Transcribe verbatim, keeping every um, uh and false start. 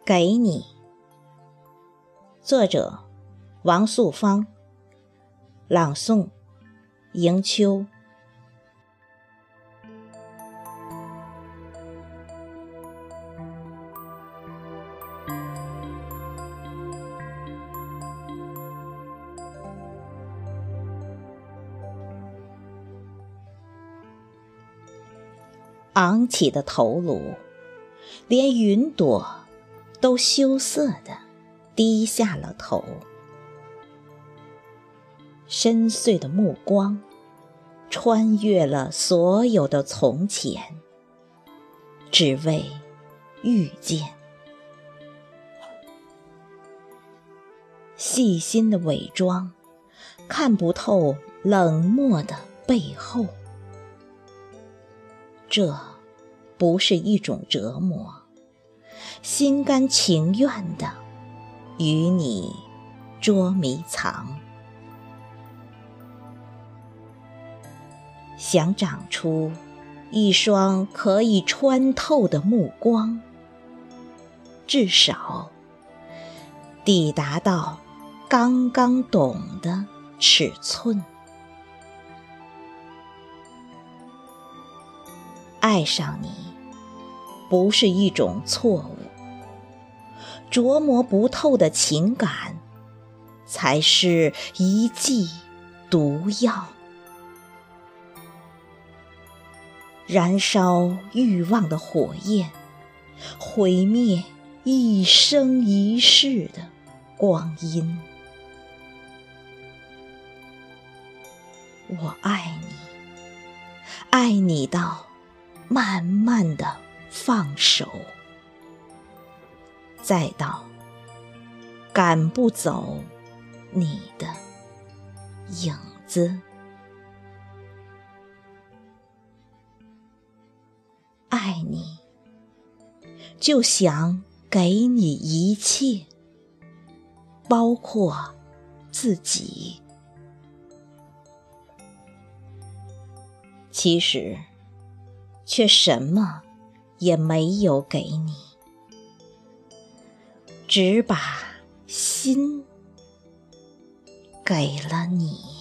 给你。作者王素芳，朗诵迎秋。昂起的头颅，连云朵都羞涩地低下了头。深邃的目光穿越了所有的从前，只为遇见。细心的伪装看不透冷漠的背后。这不是一种折磨，心甘情愿地与你捉迷藏。想长出一双可以穿透的目光，至少抵达到刚刚懂的尺寸。爱上你不是一种错误，琢磨不透的情感才是一剂毒药。燃烧欲望的火焰，毁灭一生一世的光阴。我爱你，爱你到慢慢地放手，再到赶不走你的影子。爱你，就想给你一切，包括自己。其实却什么也没有给你，只把心给了你。